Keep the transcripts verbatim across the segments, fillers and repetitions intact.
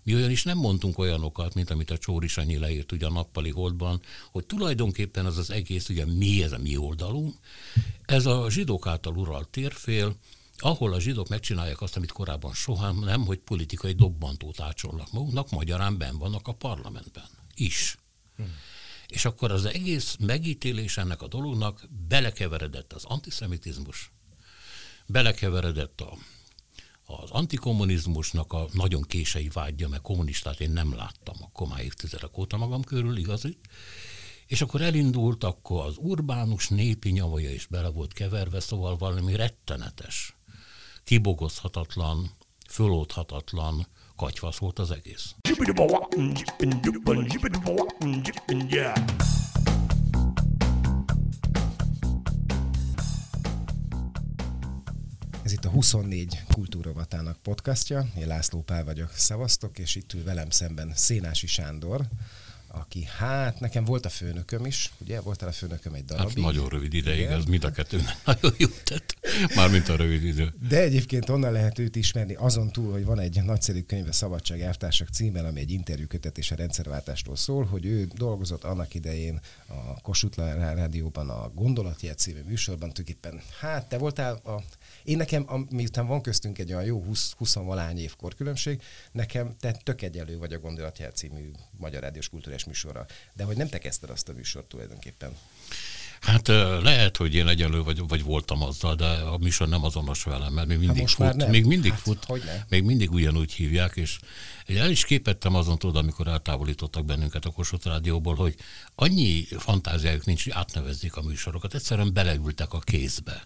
Mi olyan is nem mondtunk olyanokat, mint amit a Csóri Sanyi leírt ugye a Nappali Holdban, hogy tulajdonképpen az az egész, ugye mi ez a mi oldalunk, ez a zsidók által uralt térfél, ahol a zsidók megcsinálják azt, amit korábban soha nem, hogy politikai dobbantót ácsolnak maguknak, magyarán benn vannak a parlamentben is. Hmm. És akkor az egész megítélés ennek a dolognak belekeveredett az antiszemitizmus, belekeveredett a, az antikommunizmusnak a nagyon késői vágya, mert kommunistát én nem láttam akkor már évtizedek óta magam körül, igazit. És akkor elindult, akkor az urbánus népi nyavaja is bele volt keverve, szóval valami rettenetes, kibogozhatatlan, föloldhatatlan katyvasz volt az egész. Ez itt a huszonnégy kultúrrovatának podcastja, én László Pál vagyok, szavaztok, és itt ül velem szemben Szénási Sándor, aki, hát nekem volt a főnököm is, ugye, voltál a főnököm egy darabig. Hát nagyon rövid ideig, ez mind a kettőnek nagyon jó tett, mármint a rövid idő. De egyébként onnan lehet őt ismerni, azon túl, hogy van egy nagyszerű könyve Szabadság elvtársak címmel, ami egy interjúkötetés a rendszerváltástól szól, hogy ő dolgozott annak idején a Kossuth Rádióban, a Gondolatjel című műsorban, tulajdonképpen, hát te voltál a... Én nekem, a, miután van köztünk egy olyan jó húsz-valahány év korkülönbség, nekem te tök egyelő vagy a Gondolatjel című Magyar Rádiós Kultúrás műsorra. De hogy nem te kezdted azt a műsort tulajdonképpen? Hát lehet, hogy én egyenlő vagy, vagy voltam azzal, de a műsor nem azonos velem, mert még mindig hát fut. Még mindig hát, fut, még mindig ugyanúgy hívják, és el is képettem azon tudod, amikor eltávolítottak bennünket a Kossuth Rádióból, hogy annyi fantáziájuk nincs, hogy átnevezzék a műsorokat, egyszerűen beleültek a kézbe.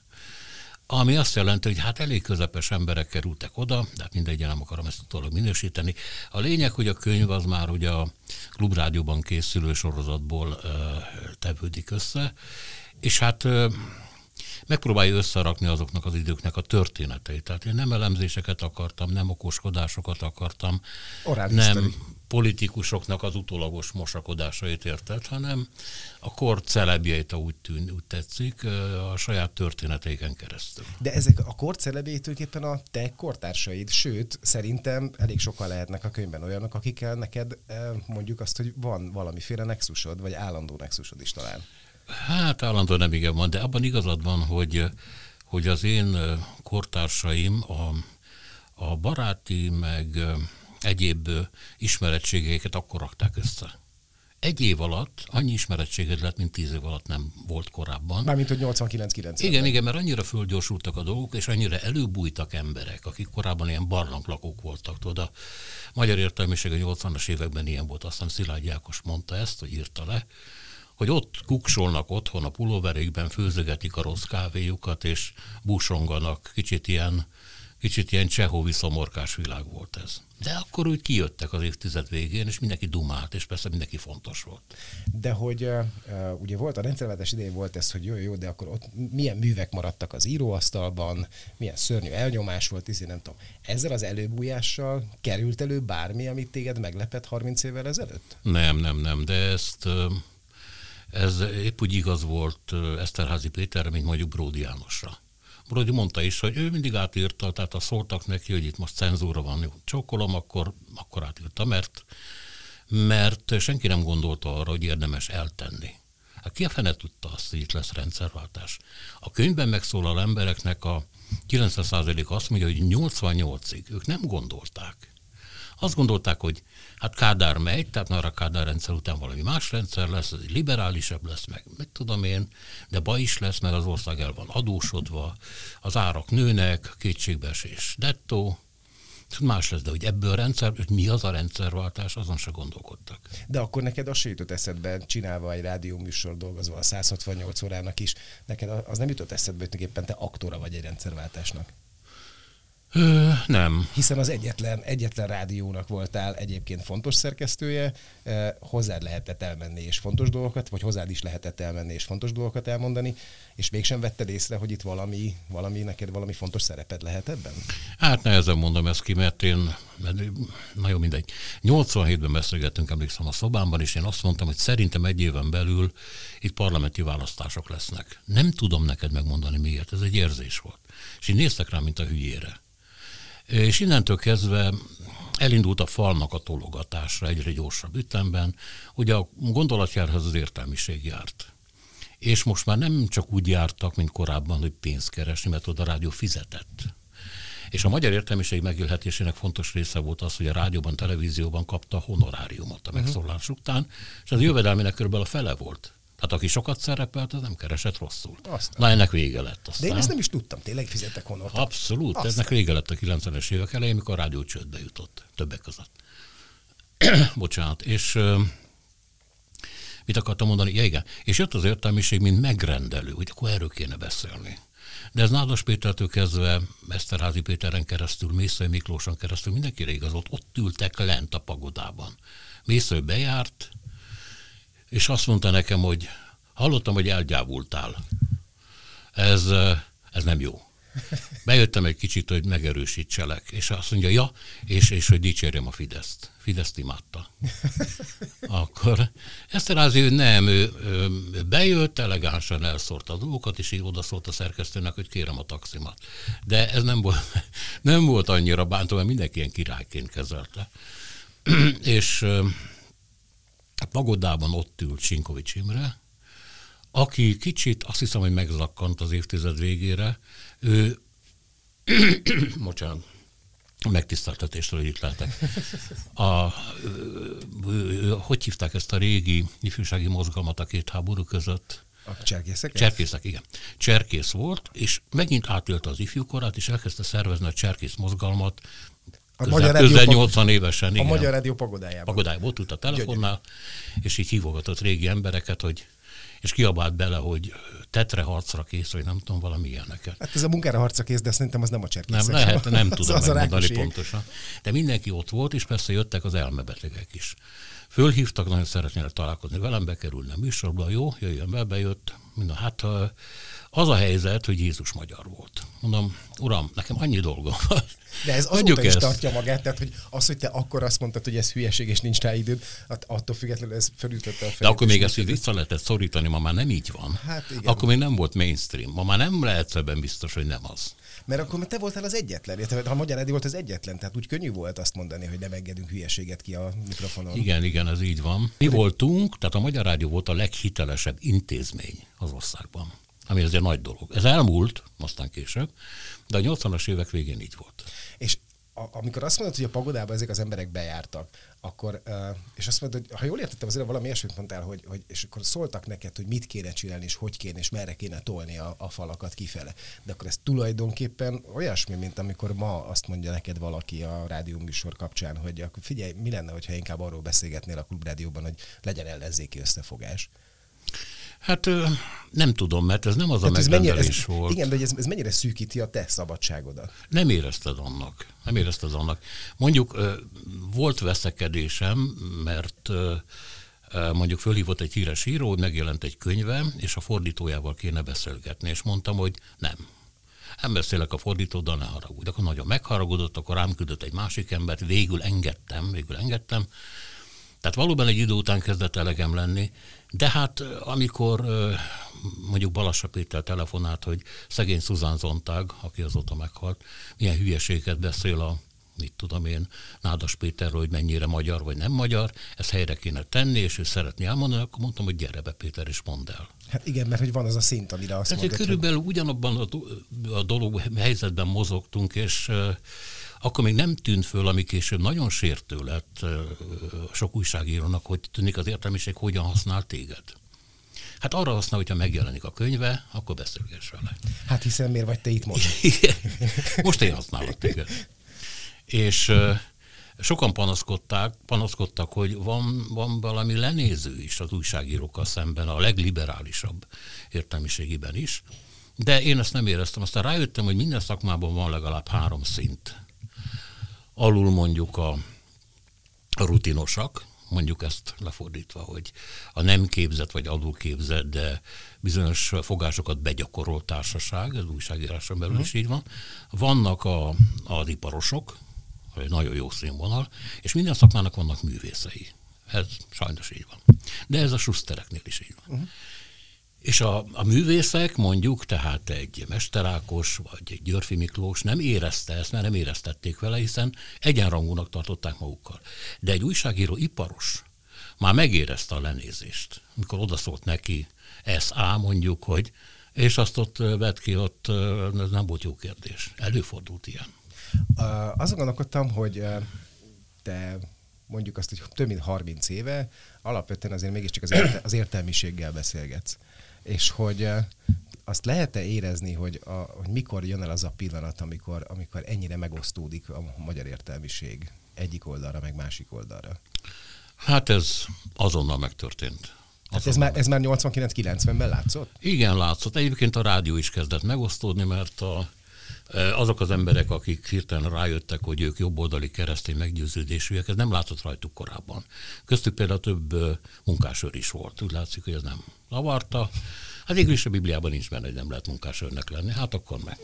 Ami azt jelenti, hogy hát elég közepes emberek kerültek oda, de hát mindegy, nem akarom ezt utólag minősíteni. A lényeg, hogy a könyv az már ugye a Klubrádióban készülő sorozatból ö, tevődik össze, és hát ö, megpróbálja összerakni azoknak az időknek a történeteit. Tehát én nem elemzéseket akartam, nem okoskodásokat akartam, Orális nem sztori. Politikusoknak az utólagos mosakodásait értett, hanem a kor celebjeit, úgy, tűn, úgy tetszik, a saját történeteiken keresztül. De ezek a kor celebjei tulajdonképpen a te kortársaid, sőt, szerintem elég sokan lehetnek a könyvben olyanok, akikkel neked mondjuk azt, hogy van valamiféle nexusod, vagy állandó nexusod is talán. Hát állandó nem igen van, de abban igazad van, hogy, hogy az én kortársaim a, a baráti, meg egyéb ismerettségeiket akkor rakták össze. Egy év alatt annyi ismerettséged lett, mint tíz év alatt nem volt korábban. Mármint, hogy nyolcvankilenc kilencven. Igen, igen, mert annyira fölgyorsultak a dolgok, és annyira előbújtak emberek, akik korábban ilyen barlanglakók voltak. Tudod, a magyar értelmiség a nyolcvanas években ilyen volt, aztán Szilágyi Ákos mondta ezt, hogy írta le, hogy ott kuksolnak otthon a pulóverékben, főzögetik a rossz kávéjukat, és búsonganak. Kicsit ilyen, kicsit ilyen csehovi szomorkás világ volt ez. De akkor úgy kijöttek az évtized végén, és mindenki dumált, és persze mindenki fontos volt. De hogy uh, ugye volt a rendszerváltás idején volt ez, hogy jó, jó, de akkor ott milyen művek maradtak az íróasztalban, milyen szörnyű elnyomás volt, izé nem tudom. Ezzel az előbújással került elő bármi, amit téged meglepett harminc évvel ezelőtt? Nem, nem, nem, de ezt... Ez épp úgy igaz volt Eszterházy Péterre, mint mondjuk Bródi Jánosra. Bródi mondta is, hogy ő mindig átírta, tehát ha szóltak neki, hogy itt most cenzúra van, csókolom, akkor, akkor átírta, mert, mert senki nem gondolta arra, hogy érdemes eltenni. Hát ki a fene tudta azt, hogy itt lesz rendszerváltás? A könyvben megszólal embereknek a kilencven százalék azt mondja, hogy nyolcvannyolcig ők nem gondolták. Azt gondolták, hogy hát Kádár megy, tehát már a Kádár rendszer után valami más rendszer lesz, ez liberálisabb lesz, meg mit tudom én, de baj is lesz, mert az ország el van adósodva, az árak nőnek, kétségbeesés dettó, más lesz, de hogy ebből a rendszer, hogy mi az a rendszerváltás, azon se gondolkodtak. De akkor neked az se jutott eszedbe, csinálva egy rádióműsor, dolgozva a száz hatvannyolc órának is, neked az nem jutott eszedbe, hogy tulajdonképpen te aktora vagy egy rendszerváltásnak? Ö, nem. Hiszen az egyetlen, egyetlen rádiónak voltál egyébként fontos szerkesztője, eh, hozzád lehetett elmenni és fontos dolgokat, vagy hozzád is lehetett elmenni és fontos dolgokat elmondani, és mégsem vetted észre, hogy itt valami, valami neked valami fontos szereped lehet ebben? Hát nehezen mondom ezt ki, mert én, na jó, mindegy. nyolcvanhétben beszélgettünk, emlékszem a szobámban, és én azt mondtam, hogy szerintem egy éven belül itt parlamenti választások lesznek. Nem tudom neked megmondani miért, ez egy érzés volt. És így néztek rám, mint a hülyére. És innentől kezdve elindult a falnak a tologatásra egyre gyorsabb ütemben. Ugye a gondolatjárhoz az értelmiség járt. És most már nem csak úgy jártak, mint korábban, hogy pénzt keresni, mert oda a rádió fizetett. És a magyar értelmiség megélhetésének fontos része volt az, hogy a rádióban, televízióban kapta a honoráriumot a megszólalás után, és az jövedelmének körülbelül a fele volt. Tehát aki sokat szerepelt, az nem keresett rosszul. Aztán. Na ennek vége lett aztán. De én ezt nem is tudtam, tényleg fizettek honort. Abszolút, aztán. Ennek vége lett a kilencvenes évek elején, mikor a rádió csődbe jutott, többek között. Bocsánat, és uh, mit akartam mondani? Ja, igen. És jött az értelmiség, mint megrendelő, hogy akkor erről kéne beszélni. De ez Nádas Pétertől kezdve, Eszterházy Péteren keresztül, Mészöly Miklóson keresztül mindenkire igazolt, ott ültek lent a pagodában. Mészöly bejárt, és azt mondta nekem, hogy hallottam, hogy elgyávultál. Ez, ez nem jó. Bejöttem egy kicsit, hogy megerősítselek, és azt mondja, ja, és, és hogy dicsérjem a Fideszt. Fideszt imádta. Akkor Eszterházy ő nem, ő, ő bejött, elegánsan elszórta a dolgokat, és így odaszólt a szerkesztőnek, hogy kérem a taximat. De ez nem volt, nem volt annyira bántó, mert mindenki ilyen királyként kezelte. És a pagodában ott ült Sinkovics Imre, aki kicsit, azt hiszem, hogy megzakkant az évtized végére, ő, bocsánat, megtiszteltetéstől, hogy itt lehetek. A, hogy hívták ezt a régi ifjúsági mozgalmat a két háború között? A cserkészek? Cserkészek, igen. Cserkész volt, és megint átélte az ifjúkorát, és elkezdte szervezni a cserkész mozgalmat, a közel, Magyar közel Rádió nyolcvan évesen. A Igen. Magyar Rádió pagodájában. Pagodájában ott ült a telefonnál, Gyönyörű. És így hívogatott régi embereket, hogy és kiabált bele, hogy tetre harcra kész, vagy nem tudom, valami ilyeneket. Hát ez a munkára harcra kész, de szerintem az nem a cserkészek. Nem lehet, nem tudom az megmondani pontosan. De mindenki ott volt, és persze jöttek az elmebetegek is. Fölhívtak, nagyon szeretnének találkozni velem, bekerülne a műsorba, jó, jöjjön be, bejött. Mondom, hát az a helyzet, hogy Jézus magyar volt. Mondom, uram, nekem annyi dolgom van. De ez azóta is tartja magát, tehát hogy az, hogy te akkor azt mondtad, hogy ez hülyeség és nincs rá időd, attól függetlenül ez felütötte a fejét. De akkor még ezt vissza lehetett szorítani, ma már nem így van. Hát igen. Akkor még nem volt mainstream. Ma már nem lehet ebben biztos, hogy nem az. Mert akkor te voltál az egyetlen, ha a Magyar Rádió volt az egyetlen, tehát úgy könnyű volt azt mondani, hogy nem engedünk hülyeséget ki a mikrofonon. Igen, igen, ez így van. Mi voltunk, tehát a Magyar Rádió volt a leghitelesebb intézmény az országban, ami azért nagy dolog. Ez elmúlt, aztán később, de a nyolcvanas évek végén így volt. És a, amikor azt mondod, hogy a pagodában ezek az emberek bejártak, akkor, uh, és azt mondod, hogy ha jól értettem, azért valami ilyesmit mondtál, hogy, hogy, és akkor szóltak neked, hogy mit kéne csinálni, és hogy kéne, és merre kéne tolni a, a falakat kifele. De akkor ez tulajdonképpen olyasmi, mint amikor ma azt mondja neked valaki a rádióműsor kapcsán, hogy akkor figyelj, mi lenne, hogyha inkább arról beszélgetnél a Klubrádióban, hogy legyen ellenzéki összefogás. Hát nem tudom, mert ez nem az a Tehát megrendelés ez, volt. Igen, de ez, ez mennyire szűkíti a te szabadságodat? Nem érezted annak. Nem érezted annak. Mondjuk volt veszekedésem, mert mondjuk fölhívott egy híres író, megjelent egy könyve, és a fordítójával kéne beszélgetni, és mondtam, hogy nem. Nem beszélek a fordítóddal, ne haragudj. Akkor nagyon megharagudott, akkor rám küldött egy másik embert, végül engedtem, végül engedtem. Tehát valóban egy idő után kezdett elegem lenni, de hát amikor mondjuk Balassa Péter telefonált, hogy szegény Szuzán Zontág, aki azóta meghalt, milyen hülyeséget beszél a, mit tudom én, Nádas Péterről, hogy mennyire magyar vagy nem magyar, ezt helyre kéne tenni, és ő szeretné elmondani, akkor mondtam, hogy gyere be Péter, és mondd el. Hát igen, mert hogy van az a szint, amire azt hát mondod, körülbelül hogy... ugyanabban a, do- a dolog helyzetben mozogtunk, és akkor még nem tűnt föl, ami később nagyon sértő lett sok újságírónak, hogy tűnik az értelmiség hogyan használ téged. Hát arra használ, hogyha megjelenik a könyve, akkor beszélgess vele. Hát hiszen miért vagy te itt most? Most én használok téged. És sokan panaszkodták, panaszkodtak, hogy van, van valami lenéző is az újságírókkal szemben, a legliberálisabb értelmiségiben is. De én ezt nem éreztem. Aztán rájöttem, hogy minden szakmában van legalább három szint. Alul mondjuk a, a rutinosak, mondjuk ezt lefordítva, hogy a nem képzett vagy alulképzett, de bizonyos fogásokat begyakorolt társaság, ez újságíráson belül is így van. Vannak a, az iparosok, egy nagyon jó színvonal, és minden szakmának vannak művészei. Ez sajnos így van. De ez a Schustereknél is így van. Uh-huh. És a, a művészek, mondjuk, tehát egy Mester Ákos vagy egy Györffy Miklós nem érezte ezt, mert nem éreztették vele, hiszen egyenrangúnak tartották magukkal. De egy újságíró iparos már megérezte a lenézést, amikor odaszólt neki es á mondjuk, hogy és azt ott vett ki, ott ez nem volt jó kérdés. Előfordult ilyen. Uh, azon gondolkodtam, hogy uh, te mondjuk azt, hogy több mint harminc éve alapvetően azért mégiscsak az, érte, az értelmiséggel beszélgetsz. És hogy uh, azt lehet-e érezni, hogy, a, hogy mikor jön el az a pillanat, amikor, amikor ennyire megosztódik a magyar értelmiség egyik oldalra, meg másik oldalra? Hát ez azonnal megtörtént. Hát ez már, ez már nyolcvankilenc-kilencvenben látszott? Igen, látszott. Egyébként a rádió is kezdett megosztódni, mert a, azok az emberek, akik hirtelen rájöttek, hogy ők jobboldali keresztény meggyőződésűek, ez nem látszott rajtuk korábban. Köztük például több munkásőr is volt. Úgy látszik, hogy ez nem zavarta. Hát végül is a Bibliában nincs benne, hogy nem lehet munkásőrnek lenni. Hát akkor meg.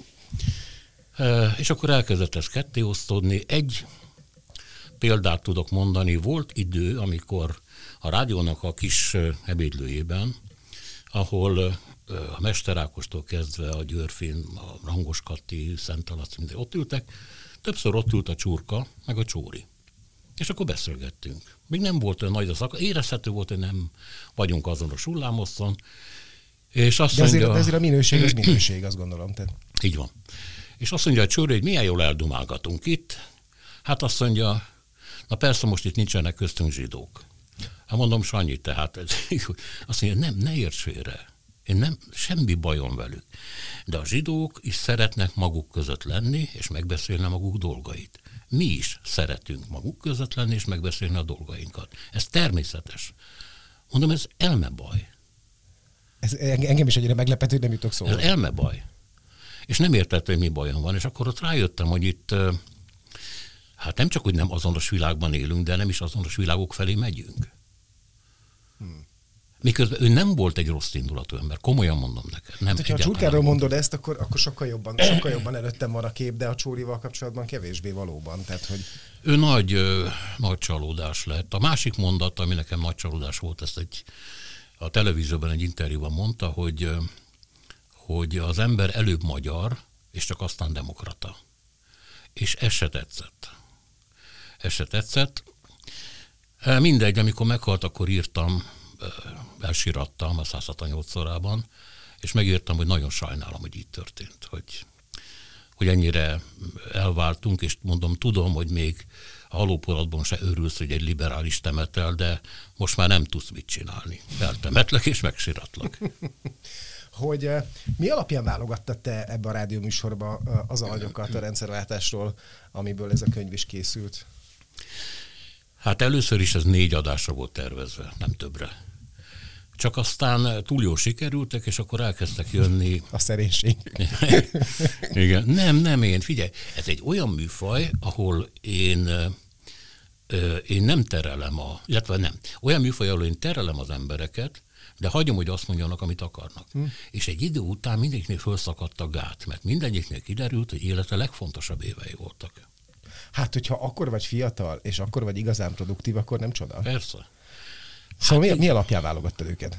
És akkor elkezdett ez ketté osztódni. Egy példát tudok mondani. Volt idő, amikor a rádiónak a kis ebédlőjében, ahol a Mester Ákostól kezdve a Györfin, a Rangos Kati, Szent Alac, mindegy, ott ültek, többször ott ült a Csurka, meg a Csóri. És akkor beszélgettünk. Még nem volt olyan nagy a szak, érezhető volt, hogy nem vagyunk azonos hullámoszon. És azt de, azért, mondja, de ezért a minőség az minőség, azt gondolom. Tehát. Így van. És azt mondja a Csóri, hogy milyen jól eldumálgatunk itt. Hát azt mondja, na persze most itt nincsenek köztünk zsidók. Hát mondom, Sanyi, tehát ez, azt mondja, nem, ne érts félre. Én nem, semmi bajom velük. De a zsidók is szeretnek maguk között lenni, és megbeszélni maguk dolgait. Mi is szeretünk maguk között lenni, és megbeszélni a dolgainkat. Ez természetes. Mondom, ez elmebaj. Ez engem is egyre meglepett, hogy nem jutok szóval. Ez elmebaj. És nem értette, hogy mi bajom van. És akkor ott rájöttem, hogy itt hát nem csak, hogy nem azonos világban élünk, de nem is azonos világok felé megyünk. Hmm. Miközben ő nem volt egy rossz indulatú ember, komolyan mondom neked. Nem, hát, ha a Csurkáról mondod ezt, akkor, akkor sokkal, jobban, sokkal jobban előttem van a kép, de a Csórival kapcsolatban kevésbé valóban. Tehát, hogy... Ő nagy, ö, nagy csalódás lett. A másik mondat, ami nekem nagy csalódás volt, ezt egy, a televízióban egy interjúban mondta, hogy, hogy az ember előbb magyar, és csak aztán demokrata. És ez se tetszett. Ez se tetszett. Mindegy, amikor meghalt, akkor írtam, elsirattam a száz hatvannyolc-szorában, és megírtam, hogy nagyon sajnálom, hogy így történt, hogy, hogy ennyire elváltunk, és mondom, tudom, hogy még a halóporatban se örülsz, hogy egy liberális temetel, de most már nem tudsz mit csinálni. Feltemetlek, és megsiratlak. Hogy mi alapján válogattad te ebbe a rádióműsorba az alanyokat a rendszerváltásról, amiből ez a könyv is készült? Hát először is ez négy adásra volt tervezve, nem többre. Csak aztán túl jól sikerültek, és akkor elkezdtek jönni... A szerénység. Igen. Nem, nem én. Figyelj, ez egy olyan műfaj, ahol én, én nem terelem a... Illetve nem. Olyan műfaj, ahol én terelem az embereket, de hagyom, hogy azt mondjanak, amit akarnak. Hm. És egy idő után mindegyiknél felszakadt a gát, mert mindegyiknél kiderült, hogy élete legfontosabb évei voltak. Hát, hogyha akkor vagy fiatal, és akkor vagy igazán produktív, akkor nem csoda. Persze. Szóval hát, mi, mi alapján válogattad őket?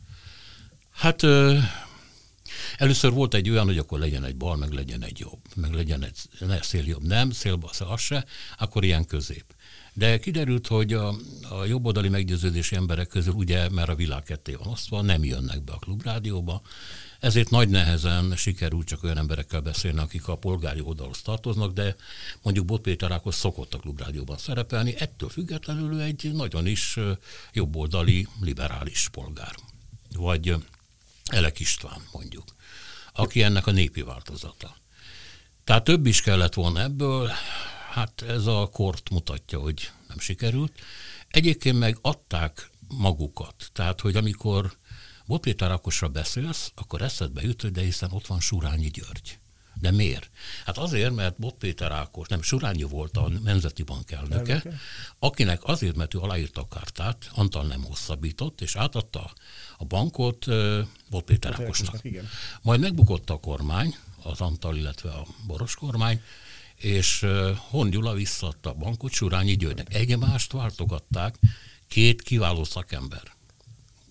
Hát ö, először volt egy olyan, hogy akkor legyen egy bal, meg legyen egy jobb, meg legyen egy ne, széljobb, nem, szélba, az se, akkor ilyen közép. De kiderült, hogy a, a jobboldali meggyőződési emberek közül, ugye, mert a világ ketté van osztva, nem jönnek be a Klubrádióba, ezért nagy nehezen sikerült csak olyan emberekkel beszélni, akik a polgári oldalhoz tartoznak, de mondjuk Bot Péter Ákos szokott a Klubrádióban szerepelni, ettől függetlenül ő egy nagyon is jobboldali, liberális polgár. Vagy Elek István mondjuk, aki ennek a népi változata. Tehát több is kellett volna ebből, hát ez a kort mutatja, hogy nem sikerült. Egyébként meg adták magukat, tehát hogy amikor Bot Péter Ákosra beszélsz, akkor eszedbe jut, hogy de hiszen ott van Surányi György. De miért? Hát azért, mert Bot Péter Ákos, nem, Surányi volt a Nemzeti Bank elnöke, elnöke, akinek azért, mert ő aláírta a kártát, Antal nem hosszabbított, és átadta a bankot uh, Bot Péter Ákosnak. Majd megbukott a kormány, az Antal, illetve a Boros kormány, és uh, Horn Gyula visszaadta a bankot Surányi Györgynek. Egymást váltogatták, két kiváló szakember.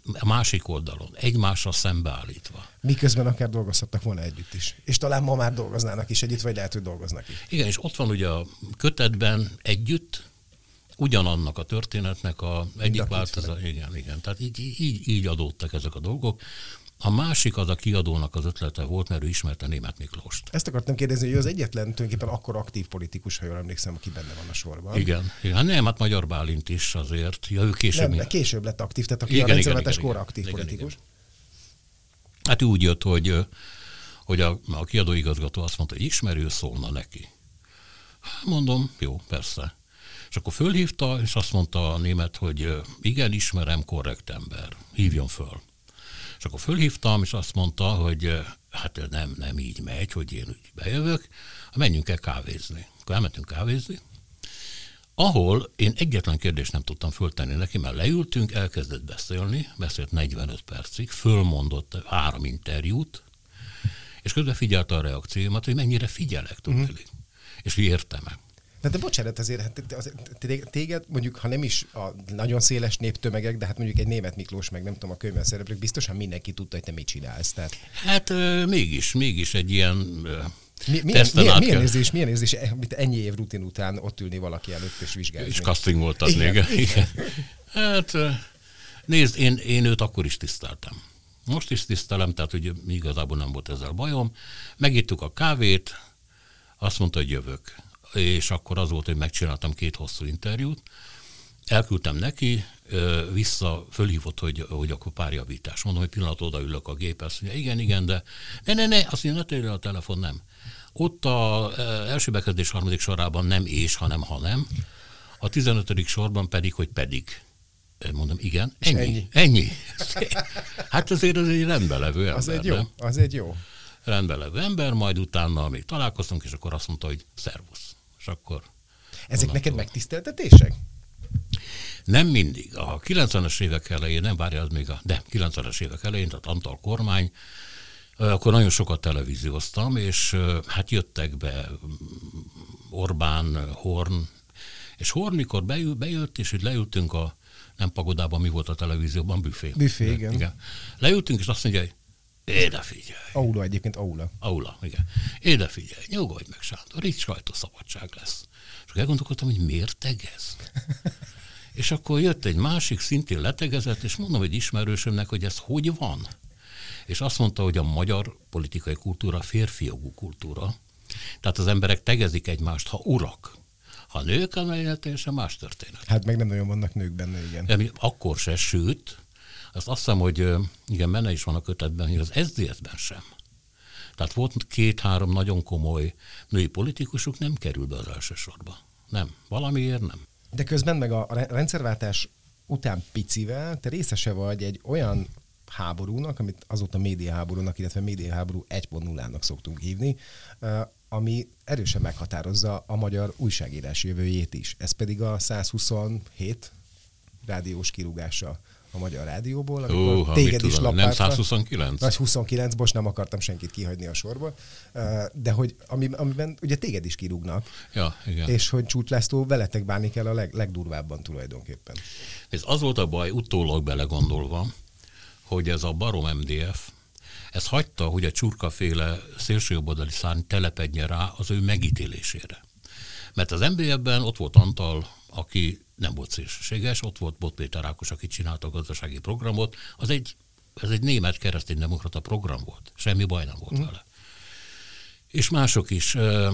a másik oldalon, egymásra szembeállítva. Miközben akár dolgozhattak volna együtt is. És talán ma már dolgoznának is együtt, vagy lehet, hogy dolgoznak is. Igen, és ott van ugye a kötetben együtt, ugyanannak a történetnek a egyik változat. Igen, igen. Tehát így, így, így adódtak ezek a dolgok. A másik az a kiadónak az ötlete volt, mert ő ismerte Németh Miklóst. Ezt akartam kérdezni, hogy ő az egyetlen tulajdonképpen akkor aktív politikus, ha jól emlékszem, aki benne van a sorban. Igen. igen. Nem, hát Magyar Bálint is azért. Ja, ő később. Nem, később lett aktív, tehát aki igen, a rendszerváltás kor aktív igen, politikus. Igen, igen. Hát úgy jött, hogy, hogy a, a kiadóigazgató azt mondta, hogy ismerő szólna neki. Mondom, jó, persze. És akkor fölhívta, és azt mondta a német, hogy igen, ismerem, korrekt ember, hívjon föl. És akkor fölhívtam, és azt mondta, hogy hát nem, nem így megy, hogy én úgy bejövök, menjünk el kávézni. Akkor elmentünk kávézni, ahol én egyetlen kérdést nem tudtam föltenni neki, mert leültünk, elkezdett beszélni, beszélt negyvenöt percig, fölmondott három interjút, és közben figyelte a reakciómat, hogy mennyire figyelek, tudni, uh-huh. és hogy értem-e. De, de bocsánat, azért hát téged mondjuk, ha nem is a nagyon széles néptömegek, de hát mondjuk egy Németh Miklós, meg nem tudom, a könyvben szereplők, biztosan mindenki tudta, hogy te mit csinálsz. Tehát... Hát euh, mégis, mégis egy ilyen euh, Mi, milyen, milyen, milyen, érzés, milyen érzés ennyi év rutin után ott ülni valaki előtt és vizsgálni? És casting volt az még. Hát nézd, én, én őt akkor is tiszteltem. Most is tisztelem, tehát hogy igazából nem volt ezzel bajom. Megittuk a kávét, azt mondta, hogy jövök. És akkor az volt, hogy megcsináltam két hosszú interjút, elküldtem neki, vissza fölhívott, hogy, hogy akkor párjavítás. Mondom, hogy pillanat odaülök a géphez, mondja, igen, igen, de ne, ne, ne, azt mondja, ne térj a telefon, nem. Ott az első bekezdés harmadik sorában nem és, hanem hanem. A tizenötödik sorban pedig, hogy pedig. Mondom, igen, ennyi, ennyi. ennyi. Hát azért az egy rendben levő ember. Az egy jó, nem? az egy jó. Rendben levő ember, majd utána még találkoztunk, és akkor azt mondta, hogy szervusz. És akkor... Ezek neked megtiszteltetések? Nem mindig. A kilencvenes évek elején, nem várja, az még a... De, kilencvenes évek elején, tehát Antal kormány, akkor nagyon sokat televízióztam, és hát jöttek be Orbán, Horn, és Horn, mikor bejött, bejött és hogy leültünk a, nem pagodában, mi volt a televízióban, büfé. Büfé, igen. igen. Leültünk, és azt mondja, hogy éde figyelj. Aula egyébként, aula. Aula, igen. Éde figyelj, nyugodj meg, Sándor, itt sajtószabadság lesz. És akkor elgondolkodtam, hogy miért tegez? És akkor jött egy másik, szintén letegezett, és mondom egy ismerősömnek, hogy ez hogy van? És azt mondta, hogy a magyar politikai kultúra férfiogú kultúra. Tehát az emberek tegezik egymást, ha urak. Ha nők, annál teljesen más történet. Hát meg nem nagyon vannak nők benne, igen. Akkor se, sőt, azt azt hiszem, hogy igen, benne is van a kötetben, hogy az es zé es-ben sem. Tehát volt két-három nagyon komoly női politikusuk, nem kerül be az első sorba. Nem, valamiért nem. De közben meg a rendszerváltás után picivel te részese vagy egy olyan háborúnak, amit azóta médiaháborúnak, illetve médiaháború egy pont nullának szoktunk hívni, ami erősen meghatározza a magyar újságírás jövőjét is. Ez pedig a százhuszonhét rádiós kirúgása a Magyar Rádióból, amikor uh, téged is lapátva. Nem százhuszonkilenc? Vagy huszonkilenc, most nem akartam senkit kihagyni a sorból, de hogy ami, amiben ugye téged is kirúgnak, ja, igen. És hogy Csúcs László veletek bánik el a leg, legdurvábban tulajdonképpen. Ez az volt a baj, utólag belegondolva, hogy ez a Barom em dé ef, ez hagyta, hogy a csurkaféle szélsőjobboldali szárny telepedjen rá az ő megítélésére. Mert az em dé ef-ben ott volt Antal, aki nem volt szélsőséges, ott volt Bot Péter Ákos, aki csinálta a gazdasági programot, az egy, ez egy német kereszténydemokrata program volt, semmi baj nem volt mm. vele. És mások is, uh, uh,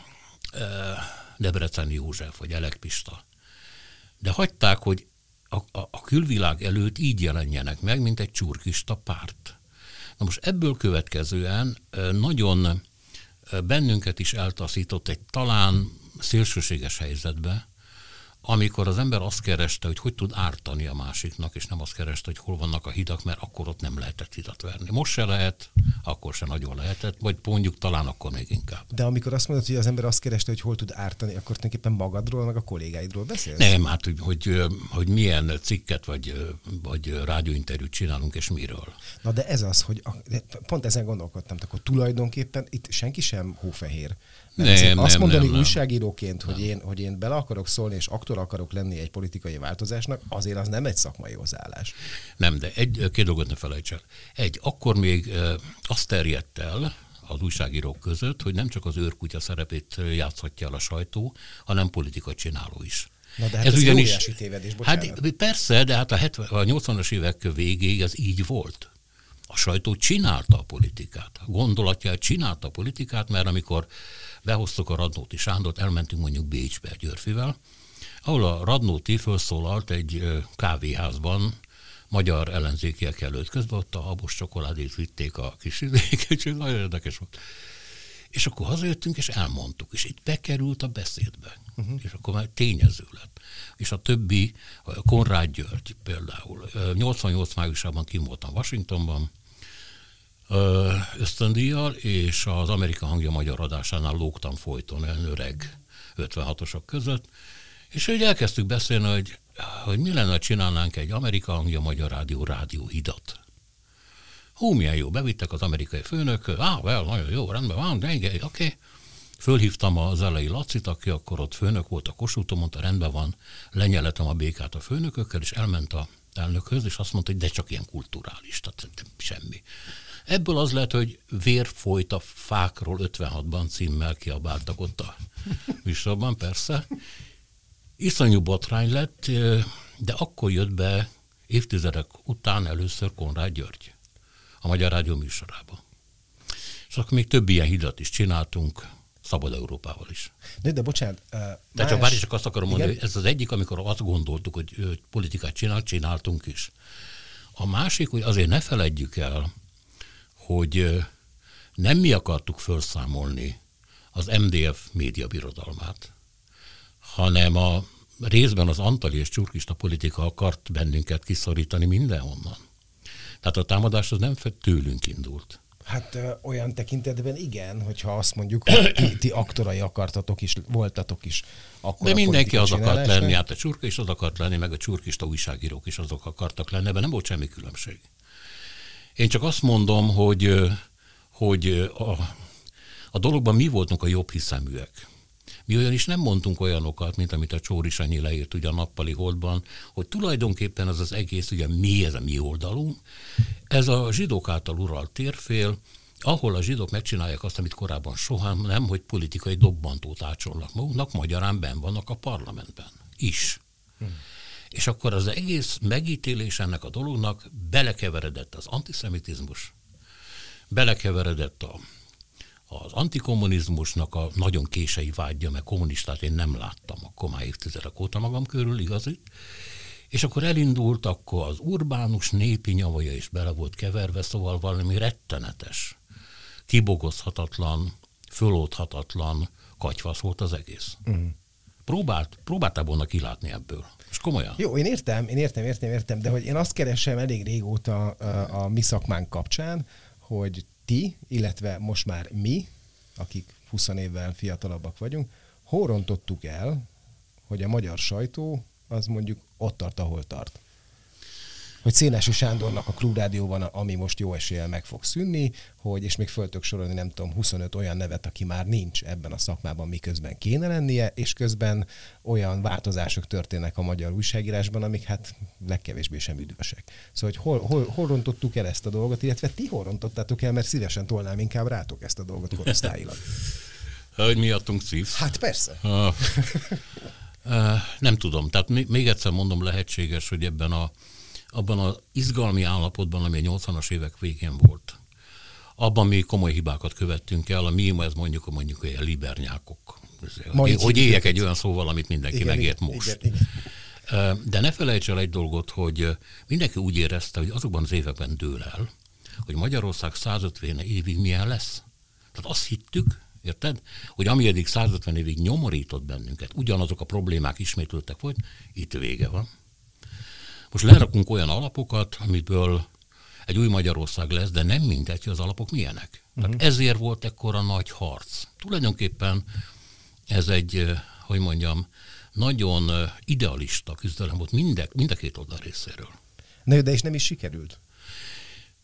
Debreceni József, vagy Elek Pista. De hagyták, hogy a, a, a külvilág előtt így jelenjenek meg, mint egy csurkista párt. Na most ebből következően uh, nagyon uh, bennünket is eltaszított egy talán szélsőséges helyzetbe, amikor az ember azt kereste, hogy hogy tud ártani a másiknak, és nem azt kereste, hogy hol vannak a hidak, mert akkor ott nem lehetett hidat verni. Most se lehet, akkor se nagyon lehetett, vagy mondjuk talán akkor még inkább. De amikor azt mondod, hogy az ember azt kereste, hogy hol tud ártani, akkor tulajdonképpen magadról, meg a kollégáidról beszélsz? Nem, hát hogy, hogy, hogy milyen cikket, vagy, vagy rádióinterjút csinálunk, és miről. Na de ez az, hogy a, pont ezen gondolkodtam, akkor tulajdonképpen itt senki sem hófehér. Nem, azt nem, mondani nem, újságíróként, nem. Hogy, én, hogy én bele akarok szólni, és aktuális motor akarok lenni egy politikai változásnak, azért az nem egy szakmai hozzáállás. Nem, de egy, két dolgot ne felejts el. Egy, akkor még e, azt terjedt el az újságírók között, hogy nem csak az őrkutya szerepét játszhatja el a sajtó, hanem politika csináló is. Na de hát ez, ez ugyanis, óriási tévedés, bocsánat. Hát persze, de hát a, hetven, a nyolcvanas évek végéig ez így volt. A sajtó csinálta a politikát, a gondolatját csinálta a politikát, mert amikor behoztuk a Radnóti Sándort, elmentünk mondjuk Bécsbe Györfivel, ahol a Radnóti felszólalt egy kávéházban magyar ellenzékiek előtt, közben ott a habos csokoládét vitték a kis idéket, és nagyon érdekes volt. És akkor hazajöttünk, és elmondtuk, és itt bekerült a beszédbe, uh-huh. és akkor már tényező lett. És a többi, Konrád György például, nyolcvannyolc májusában kim voltam Washingtonban, ösztöndíjjal, és az Amerika Hangja magyar adásánál lógtam folyton, olyan öreg ötvenhatosok között, és úgy elkezdtük beszélni, hogy, hogy mi lenne, csinálnánk egy Amerika Hangja magyar rádió rádióhidat. Hú, milyen jó, bevittek az amerikai főnök, á, ah, well, nagyon jó, rendben van, de oké. Okay. Fölhívtam az elejé Lacit, aki akkor ott főnök volt a Kossuthon, mondta, rendben van, lenyeletem a békát a főnökökkel, és elment a elnökhöz, és azt mondta, hogy de csak ilyen kulturális, tehát semmi. Ebből az lehet, hogy Vér folyt a fákról ötvenhatban címmel kiabáltak ott a műsorban, persze. Iszonyú botrány lett, de akkor jött be évtizedek után először Konrád György a Magyar Rádió műsorába. És akkor még több ilyen hidat is csináltunk, Szabad Európával is. De, de bocsánat. Uh, de csak bár is csak azt akarom igen? mondani, hogy ez az egyik, amikor azt gondoltuk, hogy, hogy politikát csinál, csináltunk is. A másik, hogy azért ne feledjük el, hogy nem mi akartuk felszámolni az em dé ef médiabirodalmát, hanem a részben az Antali és csurkista politika akart bennünket kiszorítani mindenhonnan. Tehát a támadás az nem tőlünk indult. Hát ö, olyan tekintetben igen, hogyha azt mondjuk, hogy ti, ti aktorai akartatok is, voltatok is. Akkor de mindenki az akart lenni, hát a csurka is az akart lenni, meg a csurkista újságírók is azok akartak lenni, ebben nem volt semmi különbség. Én csak azt mondom, hogy, hogy a, a dologban mi voltunk a jobb hiszeműek. Mi olyan is nem mondtunk olyanokat, mint amit a Csóri Sanyi leírt ugye a Nappali Holdban, hogy tulajdonképpen ez az egész, ugye mi ez a mi oldalunk, ez a zsidók által uralt térfél, ahol a zsidók megcsinálják azt, amit korábban soha nem, hogy politikai dobbantót ácsolnak maguknak, magyarán benn vannak a parlamentben is. Hmm. És akkor az egész megítélés ennek a dolognak belekeveredett az antiszemitizmus, belekeveredett a az antikommunizmusnak a nagyon késői vágya, mert kommunistát én nem láttam akkor már évtizedek óta magam körül, igazit. És akkor elindult, akkor az urbánus népi nyavaja is bele volt keverve, szóval valami rettenetes, kibogozhatatlan, föloldhatatlan katyvasz volt az egész. Uh-huh. Próbált, próbáltál volna kilátni ebből. És komolyan. Jó, én értem, én értem, értem, értem, de hogy én azt keresem elég régóta a, a mi szakmánk kapcsán, hogy ti, illetve most már mi, akik húsz évvel fiatalabbak vagyunk, hol rontottuk el, hogy a magyar sajtó az mondjuk ott tart, ahol tart. Hogy Szénási Sándornak a Klubrádióban, ami most jó eséllyel meg fog szűnni, hogy, és még föl tudok sorolni, nem tudom, huszonöt olyan nevet, aki már nincs ebben a szakmában, miközben kéne lennie, és közben olyan változások történnek a magyar újságírásban, amik hát legkevésbé sem üdvösek. Szóval, hogy hol, hol, hol rontottuk el ezt a dolgot, illetve ti hol rontottátok el, mert szívesen tolnám inkább rátok ezt a dolgot korosztályilag. Hogy miattunk szívsz? Hát persze. Uh, uh, nem tudom, tehát még egyszer mondom, lehetséges, hogy ebben a abban az izgalmi állapotban, ami a nyolcvanas évek végén volt, abban mi komoly hibákat követtünk el, a mi, ez mondjuk, mondjuk olyan libernyákok. Hogy, hogy éljek egy olyan szóval, amit mindenki igen, megért igen, most. Igen, igen. De ne felejts el egy dolgot, hogy mindenki úgy érezte, hogy azokban az években dől el, hogy Magyarország százötven évig milyen lesz. Tehát azt hittük, érted, hogy ami eddig százötven évig nyomorított bennünket, ugyanazok a problémák ismétlődtek volt, itt vége van. Most lerakunk olyan alapokat, amiből egy új Magyarország lesz, de nem mindegy, hogy az alapok milyenek. Uh-huh. Tehát ezért volt ekkora nagy harc. Tulajdonképpen ez egy, hogy mondjam, nagyon idealista küzdelem volt mind, mind a két oldal részéről. Na, de és nem is sikerült?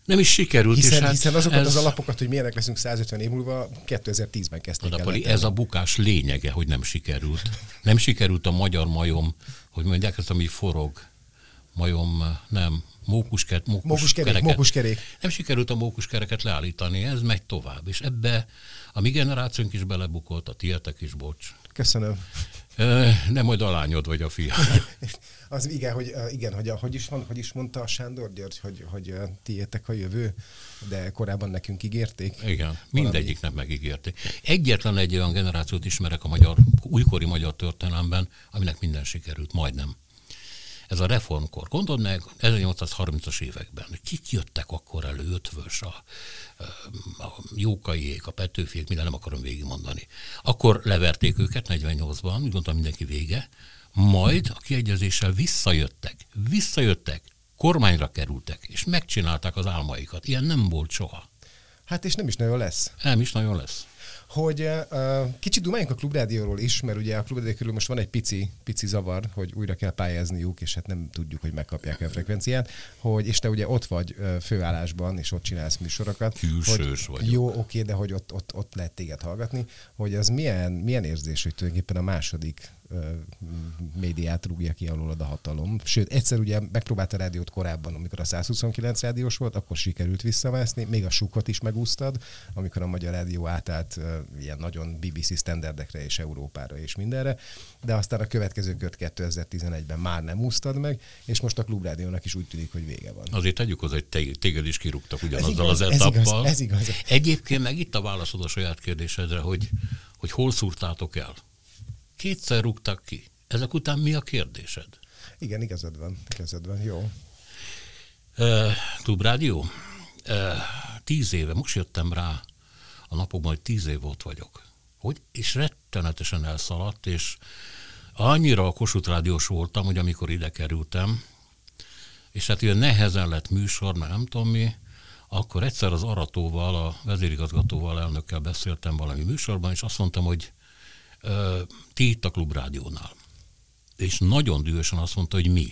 Nem is sikerült. Hiszen, és hát hiszen azokat ez... az alapokat, hogy milyenek leszünk százötven év múlva, kétezer-tízben kezdték el. Pali, ez a bukás lényege, hogy nem sikerült. Nem sikerült a magyar majom, hogy mondják ezt, ami forog. Majom, nem, mókusket, mókus mókuskerék, mókuskerék. Nem sikerült a mókuskereket leállítani, ez megy tovább. És ebbe a mi generációnk is belebukott, a tietek is, bocs. Köszönöm. Nem majd a lányod vagy a fiad. Az igen, hogy, igen, hogy, hogy, is van, hogy is mondta a Sándor György, hogy, hogy tiétek a jövő, de korábban nekünk ígérték. Igen, mindegyiknek megígérték. Egyetlen egy olyan generációt ismerek a magyar, újkori magyar történelemben, aminek minden sikerült, majdnem. Ez a reformkor. Gondold meg, ezernyolcszázharmincas években, kik jöttek akkor elő, Ötvös, a, a Jókaiék, a Petőfiék, minden nem akarom végigmondani. Akkor leverték őket negyvennyolcban, úgy gondoltam mindenki vége, majd a kiegyezéssel visszajöttek, visszajöttek, kormányra kerültek, és megcsinálták az álmaikat. Ilyen nem volt soha. Hát és nem is nagyon lesz. Nem is nagyon lesz. Hogy uh, kicsit dumáljunk a Klubrádióról is, mert ugye a Klubrádió körül most van egy pici, pici zavar, hogy újra kell pályázniuk, és hát nem tudjuk, hogy megkapják a frekvenciát, hogy, és te ugye ott vagy uh, főállásban, és ott csinálsz műsorokat. Külsős vagyok. Jó, oké, de hogy ott, ott, ott lehet téged hallgatni, hogy az milyen, milyen érzés, hogy tulajdonképpen a második uh, médiát rúgja ki alólad a hatalom. Sőt, egyszer ugye megpróbálta a rádiót korábban, amikor a százhuszonkilenc rádiós volt, akkor sikerült visszamászni, még a Sukot is megúsztad, amikor a Magyar Rádió átállt uh, ilyen nagyon bé bé cé standardekre és Európára és mindenre, de aztán a következő kört kétezer-tizenegyben már nem úsztad meg, és most a Klubrádiónak is úgy tűnik, hogy vége van. Azért tegyük hozzá, hogy téged is kirúgtak ugyanazzal az etappal. Ez igaz, ez igaz. Egyébként meg itt a válaszod a saját kérdésedre, hogy, hogy hol szúrtátok el. Kétszer rúgtak ki. Ezek után mi a kérdésed? Igen, igazad van. Igazad van, jó. Uh, Klubrádió? Uh, tíz éve, most jöttem rá a napokban, hogy tíz év ott vagyok. Hogy? És rettenetesen elszaladt, és annyira a Kossuth Rádiós voltam, hogy amikor ide kerültem, és hát ilyen nehezen lett műsor, mert nem tudom mi, akkor egyszer az Aratóval, a vezérigazgatóval, elnökkel beszéltem valami műsorban, és azt mondtam, hogy uh, ti itt a Klubrádiónál. És nagyon dühösen azt mondta, hogy mi.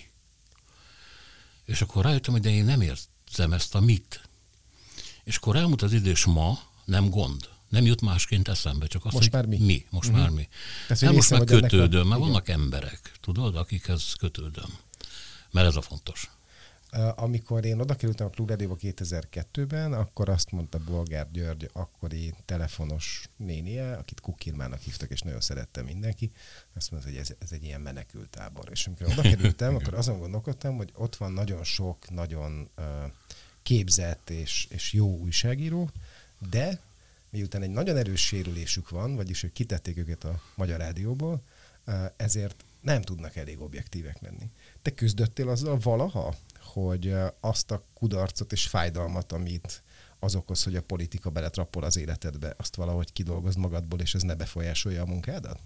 És akkor rájöttem, hogy de én nem érzem ezt a mit. És akkor elmúlt az idő, és ma nem gond. Nem jut másként eszembe, csak azt, most hogy már mi? mi. Most uh-huh. már mi. Tehát, nem most már kötődöm, a... mert vannak emberek, tudod, akikhez kötődöm. Mert ez a fontos. Amikor én oda kerültem a Klubrádióba kétezer-kettőben, akkor azt mondta Bolgár György, akkori telefonos nénie, akit Kukirmának hívtak, és nagyon szerette mindenki, azt mondta, hogy ez, ez egy ilyen menekültábor. És amikor oda kerültem, akkor azon gondolkodtam, hogy ott van nagyon sok, nagyon uh, képzett és, és jó újságíró, de miután egy nagyon erős sérülésük van, vagyis hogy kitették őket a Magyar Rádióból, uh, ezért nem tudnak elég objektívek lenni. Te küzdöttél azzal valaha, hogy azt a kudarcot és fájdalmat, amit az okoz, hogy a politika beletrappol az életedbe, azt valahogy kidolgozd magadból, és ez ne befolyásolja a munkádat?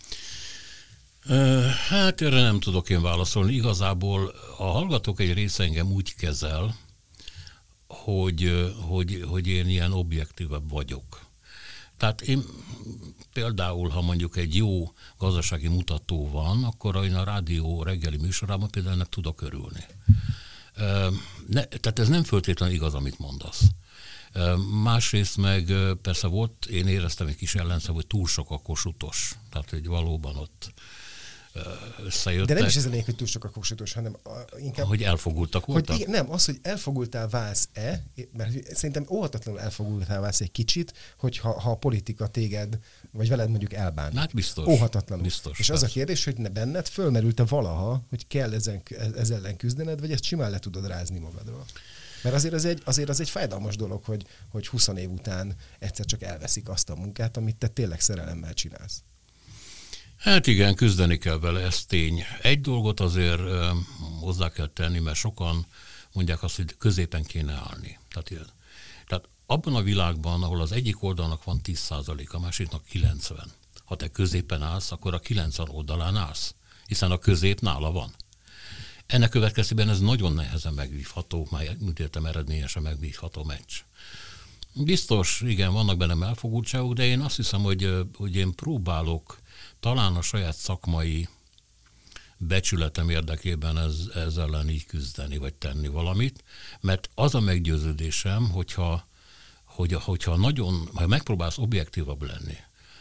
Hát erre nem tudok én válaszolni. Igazából a hallgatók egy része engem úgy kezel, hogy, hogy, hogy én ilyen objektívebb vagyok. Tehát én például, ha mondjuk egy jó gazdasági mutató van, akkor én a rádió reggeli műsorában például ennek tudok örülni. Ne, tehát ez nem föltétlenül igaz, amit mondasz. Másrészt meg persze volt, én éreztem egy kis ellenszer, hogy túl sok a kosutos. Tehát, hogy valóban ott összejöttek. De nem is ez a lényeg, hogy túl sok a kosutos, hanem inkább... Hogy elfogultak voltak? Hogy, nem, az, hogy elfogultál válsz-e, mert szerintem óhatatlanul elfogultál válsz egy kicsit, hogy ha, ha a politika téged, vagy veled mondjuk elbánik. Hát biztos. Óhatatlanul. Biztos, és az a kérdés, hogy ne benned fölmerült-e valaha, hogy kell ezen, ez ellen küzdened, vagy ezt simán le tudod rázni magadról. Mert azért az egy, azért az egy fájdalmas dolog, hogy, hogy húsz év után egyszer csak elveszik azt a munkát, amit te tényleg szerelemmel csinálsz. Hát igen, küzdeni kell vele, ez tény. Egy dolgot azért ö, hozzá kell tenni, mert sokan mondják azt, hogy középen kéne állni. Tehát, tehát abban a világban, ahol az egyik oldalnak van tíz százalék, a másiknak kilencven. Ha te középen állsz, akkor a kilencven oldalán állsz, hiszen a közép nála van. Ennek következtében ez nagyon nehezen megvívható, már úgy értem eredményesen megvívható meccs. Biztos, igen, vannak bennem elfogultságok, de én azt hiszem, hogy, hogy én próbálok talán a saját szakmai becsületem érdekében ez, ezzel ellen így küzdeni, vagy tenni valamit, mert az a meggyőződésem, hogyha, hogy, hogyha nagyon, ha megpróbálsz objektívabb lenni,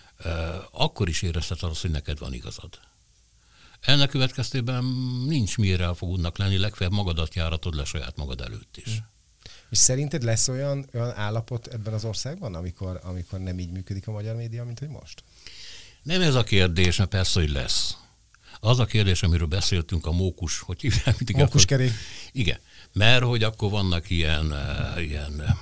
akkor is érezheted azt, hogy neked van igazad. Ennek következtében nincs miért elfogudnak lenni, legfeljebb magadat járatod le saját magad előtt is. Hmm. És szerinted lesz olyan, olyan állapot ebben az országban, amikor, amikor nem így működik a magyar média, mint hogy most? Nem ez a kérdés, mert persze, hogy lesz. Az a kérdés, amiről beszéltünk, a mókus, hogy hívják? Mókuskerék. Igen, mert hogy akkor vannak ilyen, ilyen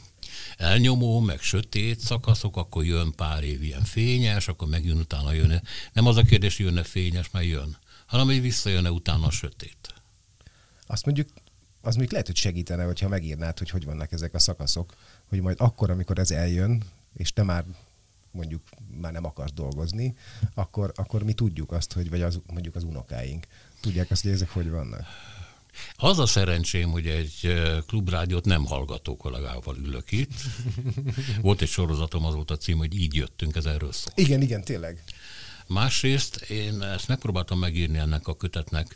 elnyomó, meg sötét szakaszok, akkor jön pár év ilyen fényes, akkor megjön utána jön. Nem az a kérdés, hogy jönne fényes, mert jön, hanem hogy visszajönne utána a sötét. Azt mondjuk, az mondjuk lehet, hogy segítene, hogyha megírnád, hogy hogy vannak ezek a szakaszok, hogy majd akkor, amikor ez eljön, és te már mondjuk már nem akarsz dolgozni, akkor, akkor mi tudjuk azt, hogy, vagy az, mondjuk az unokáink tudják azt, hogy ezek hogy vannak. Az a szerencsém, hogy egy klubrádiót nem hallgató kollégával ülök itt. Volt egy sorozatom, az volt a cím, hogy így jöttünk, ez erről szól. Igen, igen, tényleg. Másrészt én ezt megpróbáltam megírni ennek a kötetnek,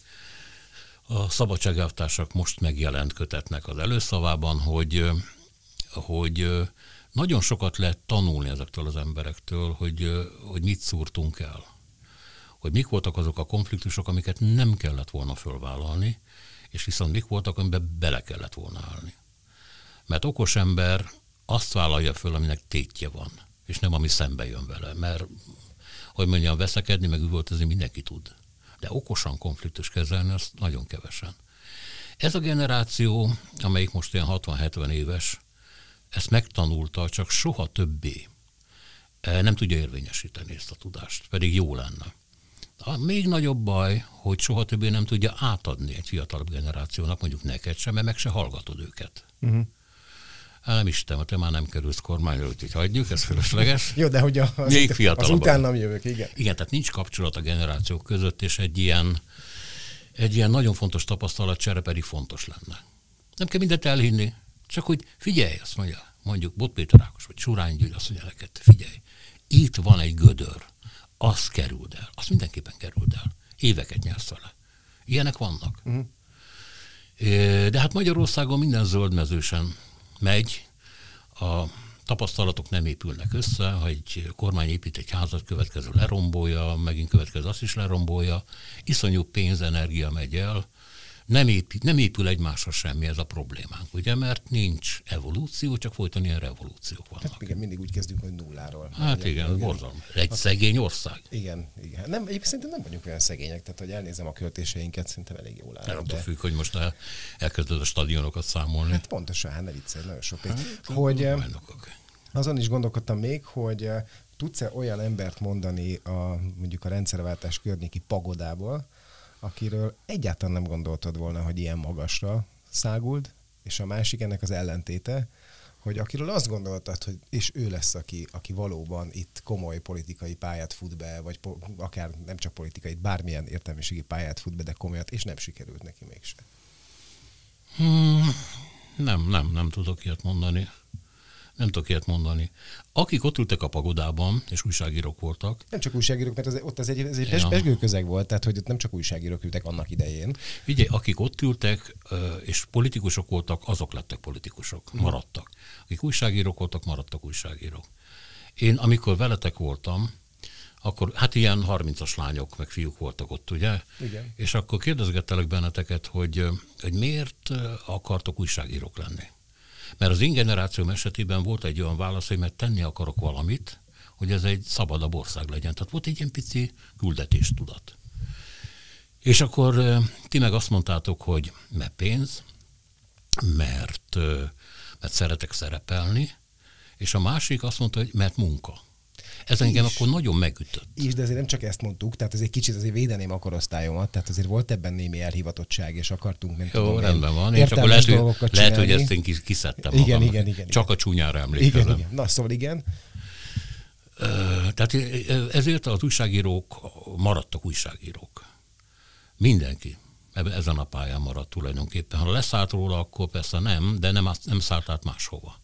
a Szabadságelvtársak most megjelent kötetnek az előszavában, hogy, hogy nagyon sokat lehet tanulni ezektől az emberektől, hogy, hogy mit szúrtunk el. Hogy mik voltak azok a konfliktusok, amiket nem kellett volna fölvállalni, és viszont mik voltak, amiben bele kellett volna állni. Mert okos ember azt vállalja föl, aminek tétje van, és nem ami szembe jön vele. Mert, hogy mondjam, veszekedni, meg üvöltözni mindenki tud. De okosan konfliktus kezelni, azt nagyon kevesen. Ez a generáció, amelyik most ilyen hatvan-hetven éves, ezt megtanulta, csak soha többé nem tudja érvényesíteni ezt a tudást, pedig jó lenne. A még nagyobb baj, hogy soha többé nem tudja átadni egy fiatalabb generációnak, mondjuk neked sem, mert meg se hallgatod őket. Uh-huh. Hát nem Isten, te már nem kerülsz kormányra, úgyhogy hagyjuk, ez fölösleges. Jó, de hogy az, még az utánam jövök, igen. Igen, tehát nincs kapcsolat a generációk között, és egy ilyen, egy ilyen nagyon fontos tapasztalatcsere pedig fontos lenne. Nem kell mindent elhinni, csak hogy figyelj, azt mondja, mondjuk Bot Péter Ákos, vagy Surányi György azt mondja neked, figyelj, itt van egy gödör, azt kerüld el, azt mindenképpen kerüld el. Éveket nyersz vele. Ilyenek vannak. Uh-huh. De hát Magyarországon minden zöldmezősen megy, a tapasztalatok nem épülnek össze, ha egy kormány épít egy házat, következő lerombolja, megint következő azt is lerombolja, iszonyú pénzenergia megy el, nem épül, nem épül egymásra semmi, ez a problémánk, ugye, mert nincs evolúció, csak folyton ilyen revolúciók vannak. Hát igen, mindig úgy kezdünk, hogy nulláról. Hát igen, igen, ez borzalom. Egy azt szegény ország. Igen, igen. Nem, egyébként szerintem nem vagyunk olyan szegények, tehát hogy elnézem a költéseinket, szerintem elég jól állunk. Nem de... függ, hogy most el, elkezded a stadionokat számolni. Hát pontosan, hát ne viccelj, nagyon sok pénz. Hát, hogy azon is gondolkodtam még, hogy tudsz-e olyan embert mondani a, mondjuk a rendszerváltás környéki pagodából, akiről egyáltalán nem gondoltad volna, hogy ilyen magasra száguld, és a másik ennek az ellentéte, hogy akiről azt gondoltad, hogy és ő lesz, aki, aki valóban itt komoly politikai pályát fut be, vagy po, akár nem csak politikai, bármilyen értelmiségi pályát fut be, de komolyat, és nem sikerült neki mégsem. Hmm, nem, nem, nem tudok ilyet mondani. Nem tudok ilyet mondani. Akik ott ültek a pagodában, és újságírók voltak. Nem csak újságírók, mert az, ott az egy, ez egy ja. pesgő közeg volt, tehát hogy ott nem csak újságírók ültek annak idején. Figyelj, akik ott ültek, és politikusok voltak, azok lettek politikusok, maradtak. Akik újságírók voltak, maradtak újságírók. Én, amikor veletek voltam, akkor hát ilyen harmincas lányok, meg fiúk voltak ott, ugye? Igen. És akkor kérdezgettelek benneteket, hogy, hogy miért akartok újságírók lenni? Mert az én generációm esetében volt egy olyan válasz, hogy mert tenni akarok valamit, hogy ez egy szabadabb ország legyen. Tehát volt egy ilyen pici küldetéstudat. És akkor ti meg azt mondtátok, hogy mert pénz, mert, mert szeretek szerepelni, és a másik azt mondta, hogy mert munka. Ez engem akkor nagyon megütött. Is, de azért nem csak ezt mondtuk, tehát azért kicsit azért védeném a korosztályomat, tehát azért volt ebben némi elhivatottság, és akartunk, nem Jó, tudom, rendben van. Én csak lehet, hogy, lehet, hogy ezt én kiszedtem igen, magamnak. Igen, igen, csak igen. a csúnyára emlékezem. Igen, igen. Na, szóval igen. Tehát ezért az újságírók maradtak újságírók. Mindenki ezen a pályán maradt tulajdonképpen. Ha leszállt róla, akkor persze nem, de nem, nem szállt át máshova.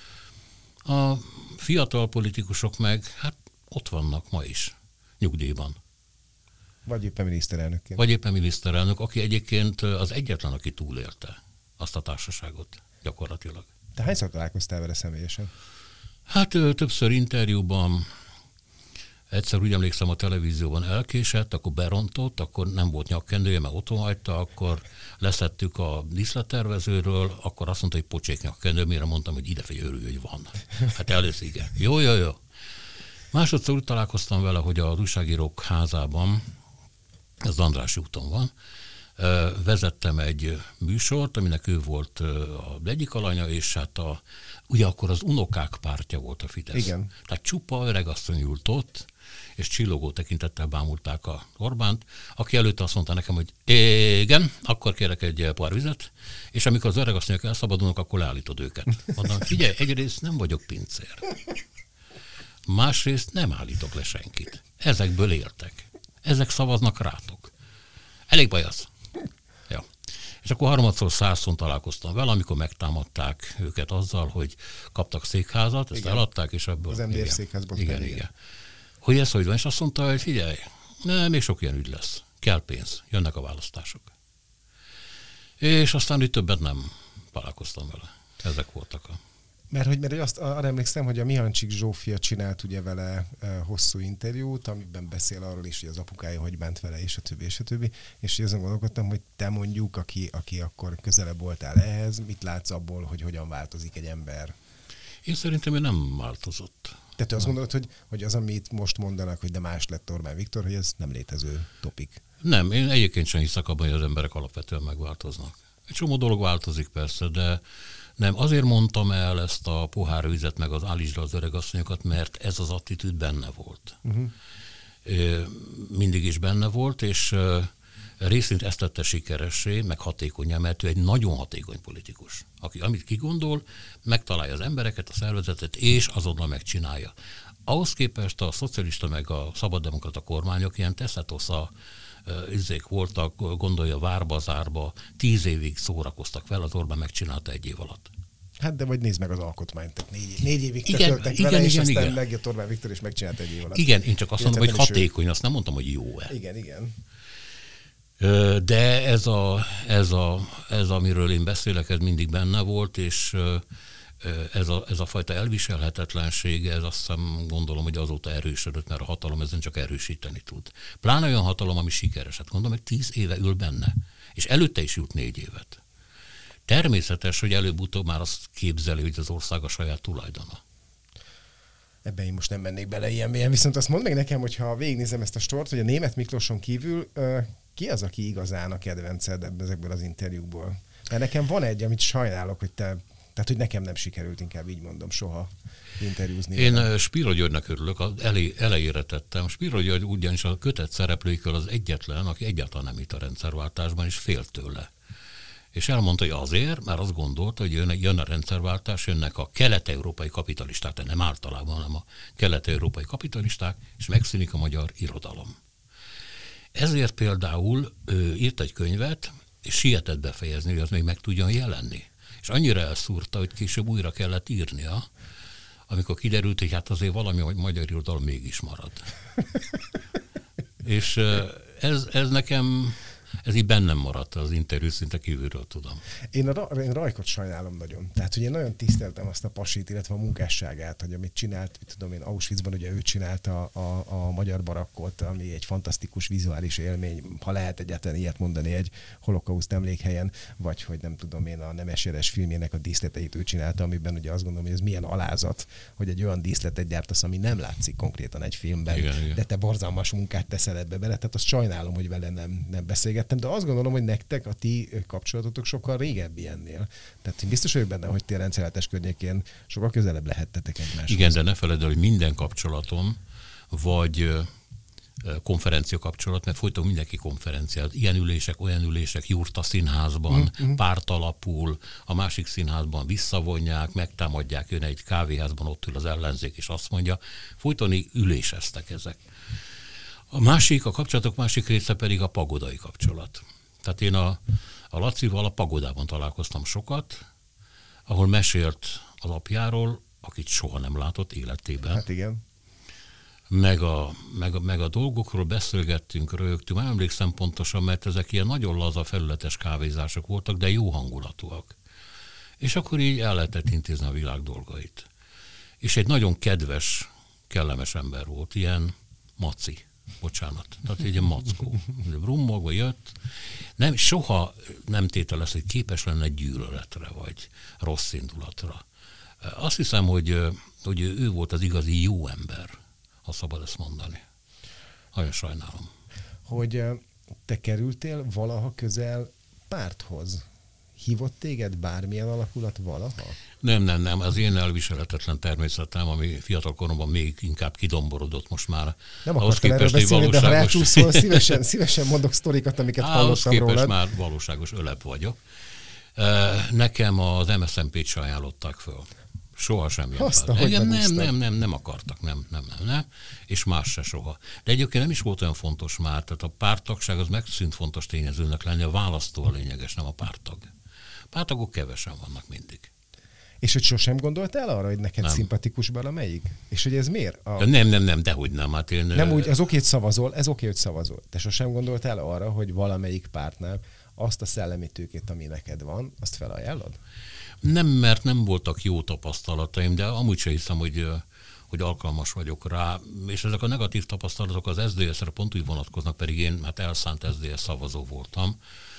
A fiatal politikusok meg, hát ott vannak ma is, nyugdíjban. Vagy éppen miniszterelnökként. Vagy éppen miniszterelnök, aki egyébként az egyetlen, aki túlélte azt a társaságot gyakorlatilag. Te hányszor találkoztál vele személyesen? Hát többször interjúban, egyszer úgy emlékszem, a televízióban elkésett, akkor berontott, akkor nem volt nyakkendője, mert otthon hagyta, akkor leszettük a díszlettervezőről, akkor azt mondta, hogy pocsék nyakkendő, mire mondtam, hogy idefigy, örülj, hogy van. Hát először igen. Jó, jó, jó. Másodszor úgy találkoztam vele, hogy az újságírók házában, ez Andrássy úton van, vezettem egy műsort, aminek ő volt az egyik alanya, és hát a, ugye akkor az unokák pártja volt a Fidesz. Igen. Tehát csupa öregasszony ült ott, és csillogó tekintettel bámulták a Orbánt, aki előtte azt mondta nekem, hogy igen, akkor kérek egy pohár vizet, és amikor az öregasszonyok elszabadulnak, akkor leállítod őket. Mondom, figyelj, egyrészt nem vagyok pincér. Másrészt nem állítok le senkit. Ezekből éltek. Ezek szavaznak rátok. Elég baj az. Ja. És akkor harmadszor százszor találkoztam vele, amikor megtámadták őket azzal, hogy kaptak székházat, ezt igen. eladták, és ebből... Az em dé ef székházban. Igen, igen, igen. Hogy ez hogy van, és azt mondta, hogy figyelj, ne, még sok ilyen ügy lesz. Kell pénz, jönnek a választások. És aztán úgy többet nem találkoztam vele. Ezek voltak a... Mert hogy, mert hogy azt arra emlékszem, hogy a Mihancsik Zsófia csinált ugye vele e, hosszú interjút, amiben beszél arról is, hogy az apukája hogy bánt vele, és a többi, és a többi. És azon gondolkodtam, hogy te mondjuk, aki, aki akkor közelebb voltál ehhez, mit látsz abból, hogy hogyan változik egy ember? Én szerintem ő nem változott. Tehát te azt gondolod, hogy, hogy az, amit most mondanak, hogy de más lett Orbán Viktor, hogy ez nem létező topik? Nem, én egyébként sem hiszek abban, hogy az emberek alapvetően megváltoznak. Egy csomó dolog változik persze, de nem, azért mondtam el ezt a pohár vizet, meg az állítsd le az öregasszonyokat, mert ez az attitűd benne volt. Uh-huh. Mindig is benne volt, és részint ezt tette sikeressé, meg hatékonyá, mert ő egy nagyon hatékony politikus, aki amit kigondol, megtalálja az embereket, a szervezetet, és azonnal megcsinálja. Ahhoz képest a szocialista meg a szabaddemokrata kormányok ilyen teszetosza izék voltak, gondolja várba, zárba, tíz évig szórakoztak vele, az Orbán megcsinálta egy év alatt. Hát de vagy nézd meg az alkotmányt, tehát négy, négy évig igen, tököltek igen, vele, igen, és aztán igen. megjött Orbán Viktor, és megcsinálta egy év alatt. Igen, én csak azt Illetve mondom, hogy hatékony, ő... azt nem mondtam, hogy jó-e. Igen, igen. De ez, a, ez, a, ez, amiről én beszélek, ez mindig benne volt, és ez a, ez a fajta elviselhetetlensége, ez azt hiszem, gondolom, hogy azóta erősödött, mert a hatalom ezen csak erősíteni tud. Pláne olyan hatalom, ami sikeres. Hát gondolom, hogy tíz éve ül benne, és előtte is jut négy évet. Természetes, hogy előbb-utóbb már azt képzeli, hogy az ország a saját tulajdona. Ebben én most nem mennék bele ilyen mélyen, viszont azt mondd meg nekem, hogyha végignézem ezt a stort, hogy a Németh Miklóson kívül uh, ki az, aki igazán a kedvenced ezekből az interjúkból? Mert nekem van egy, amit sajnálok, hogy te, tehát hogy nekem nem sikerült, inkább így mondom, soha interjúzni. Én vele. Spiro Györgynek örülök, az elé, elejére tettem. Spiro György ugyanis a kötett szereplőikől az egyetlen, aki egyáltalán nem itt a rendszerváltásban, és fél tőle. És elmondta, hogy azért, mert azt gondolta, hogy jön, jön a rendszerváltás, jönnek a kelet-európai kapitalisták, de nem általában, hanem a kelet-európai kapitalisták, és megszűnik a magyar irodalom. Ezért például ő írt egy könyvet, és sietett befejezni, hogy az még meg tudjon jelenni. És annyira elszúrta, hogy később újra kellett írnia, amikor kiderült, hogy hát azért valami, hogy magyar irodalom mégis marad. És ez, ez nekem... Ez így bennem maradt az interjú, szinte kívülről tudom. Én a én Rajkot sajnálom nagyon. Tehát, hogy én nagyon tiszteltem azt a pasit, illetve a munkásságát, hogy amit csinált, mit tudom én, Auschwitzban ugye ő csinálta a, a, a magyar barakkot, ami egy fantasztikus vizuális élmény, ha lehet egyáltalán ilyet mondani egy holokauszt emlékhelyen, vagy hogy nem tudom én, a Nemes filmjének a díszleteit ő csinálta, amiben ugye azt gondolom, hogy ez milyen alázat, hogy egy olyan díszletet gyártasz, ami nem látszik konkrétan egy filmben, igen, igen. De te borzalmas munkát teszel ebbe bele, tehát azt sajnálom, hogy vele nem, nem beszélgettem, de azt gondolom, hogy nektek a ti kapcsolatotok sokkal régebbi ennél. Tehát én biztos vagyok benne, hogy ti a rendszerváltás környékén sokkal közelebb lehettetek egymáshoz. Igen, de ne feledd el, hogy minden kapcsolatom, vagy konferencia kapcsolat, mert folyton mindenki konferenciát. Ilyen ülések, olyan ülések, Jurta színházban, mm-hmm. párt alapul, a másik színházban visszavonják, megtámadják, jön egy kávéházban, ott ül az ellenzék, és azt mondja, folytoni üléseztek ezek. A másik, a kapcsolatok másik része pedig a pagodai kapcsolat. Tehát én a, a Lacival a pagodában találkoztam sokat, ahol mesélt az apjáról, akit soha nem látott életében. Hát igen. meg a, meg, a, meg a dolgokról beszélgettünk, rögtünk, már emlékszem pontosan, mert ezek ilyen nagyon laza, felületes kávézások voltak, de jó hangulatúak. És akkor így el lehetett intézni a világ dolgait. És egy nagyon kedves, kellemes ember volt, ilyen maci, bocsánat, tehát egy ilyen mackó. Brummogva jött, nem, soha nem tételez, hogy képes lenne gyűlöletre, vagy rossz indulatra. Azt hiszem, hogy, hogy ő volt az igazi jó ember, ha szabad ezt mondani. Nagyon sajnálom. Hogy te kerültél valaha közel párthoz? Hívott téged bármilyen alakulat valaha? Nem, nem, nem. Az én elviselhetetlen természetem, ami fiatal koromban még inkább kidomborodott most már. Nem akartam erről beszélni, de ha rácsúszol, szívesen, szívesen mondok sztorikat, amiket Á, hallottam rólad. Ahhoz képest már valóságos ölep vagyok. Nekem az em es zé en pét se ajánlották föl. Soha sem jött. Nem, nem, nem, nem, nem akartak, nem, nem, nem, nem, és más se soha. De egyébként nem is volt olyan fontos már, tehát a párttagság az megszűnt fontos tényezőnek lenni, a választó a lényeges, nem a párttag. Párttagok kevesen vannak mindig. És hogy sosem gondoltál arra, hogy neked nem. szimpatikus valamelyik? És hogy ez miért? A... Nem, nem, nem, dehogy nem. Hát én... Nem úgy, az oké, hogy szavazol, ez oké, hogy szavazol. Te sosem gondoltál arra, hogy valamelyik pártnál azt a szellemi tőkét, ami neked van, azt felajánlod? Nem, mert nem voltak jó tapasztalataim, de amúgy sem hiszem, hogy, hogy alkalmas vagyok rá. És ezek a negatív tapasztalatok az es zé dé es-re pont úgy vonatkoznak, pedig én hát elszánt es zé dé es szavazó voltam.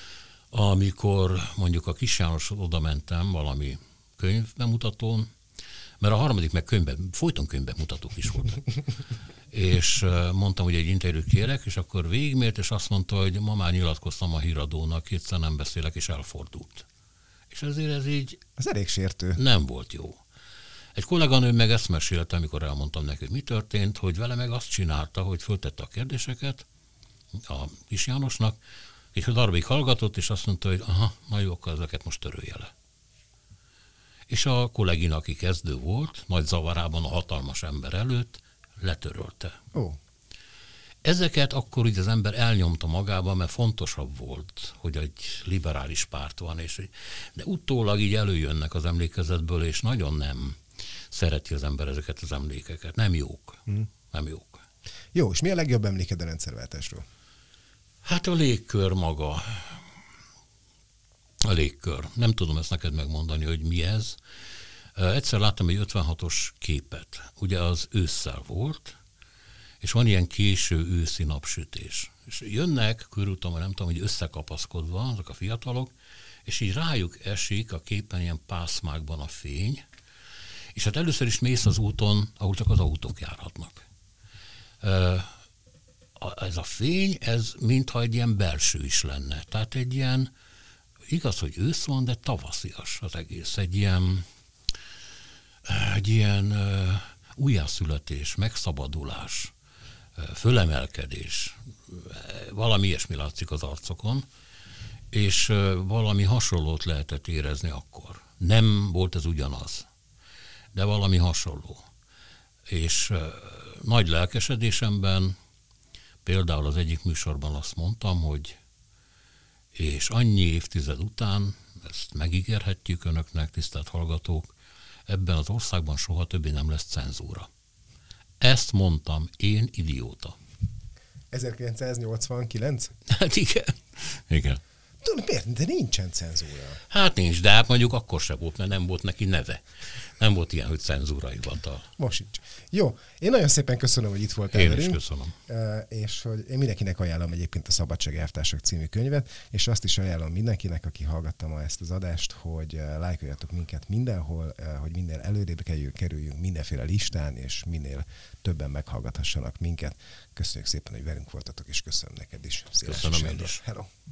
Amikor mondjuk a Kis János oda mentem valami könyvbemutatón, mert a harmadik meg könyvben, folyton könyvbemutatók is voltak. És mondtam, hogy egy interjút kérek, és akkor végigmért, és azt mondta, hogy ma már nyilatkoztam a híradónak, kétszer nem beszélek, és elfordult. És ezért ez így... Ez elég sértő. Nem volt jó. Egy kolléganő meg ezt mesélte, amikor elmondtam neki, hogy mi történt, hogy vele meg azt csinálta, hogy föltette a kérdéseket a Kis Jánosnak, és a darabig hallgatott, és azt mondta, hogy aha, na jó, akkor ezeket most törölje le. És a kollégina, aki kezdő volt, nagy zavarában a hatalmas ember előtt, letörölte. Ó. Ezeket akkor így az ember elnyomta magába, mert fontosabb volt, hogy egy liberális párt van, és, de utólag így előjönnek az emlékezetből, és nagyon nem szereti az ember ezeket az emlékeket. Nem jók. Hmm. Nem jók. Jó, és mi a legjobb emléked a rendszerváltásról? Hát a légkör maga. A légkör. Nem tudom ezt neked megmondani, hogy mi ez. Egyszer láttam egy ötvenhatos képet. Ugye az ősszel volt, és van ilyen késő őszi napsütés. És jönnek körülöttem, nem tudom, hogy összekapaszkodva azok a fiatalok, és így rájuk esik a képen ilyen pászmákban a fény, és hát először is mész az úton, ahol csak az autók járhatnak. Ez a fény, ez mintha egy ilyen belső is lenne. Tehát egy ilyen, igaz, hogy ősz van, de tavaszias az egész. Egy ilyen, egy ilyen újjászületés, megszabadulás, fölemelkedés, valami ilyesmi látszik az arcokon, és valami hasonlót lehetett érezni akkor. Nem volt ez ugyanaz, de valami hasonló. És nagy lelkesedésemben például az egyik műsorban azt mondtam, hogy és annyi évtized után, ezt megígérhetjük önöknek, tisztelt hallgatók, ebben az országban soha többé nem lesz cenzúra. Ezt mondtam, én idióta. ezerkilencszáznyolcvankilenc? Hát igen. Igen. Tudod, miért? De nincsen cenzúra. Hát nincs, de hát mondjuk akkor se volt, mert nem volt neki neve. Nem volt ilyen, hogy cenzúrahivatal. Most sincs. Jó, én nagyon szépen köszönöm, hogy itt voltál Én velünk. is köszönöm. És hogy én mindenkinek ajánlom egyébként a Szabadság elvtársak című könyvet, és azt is ajánlom mindenkinek, aki hallgatta ma ezt az adást, hogy lájkoljatok minket mindenhol, hogy minden előrébb kerüljünk mindenféle listán, és minél többen meghallgathassanak minket. Köszönjük szépen, hogy velünk voltatok, és köszönöm neked is. Széles köszönöm én is. Hello.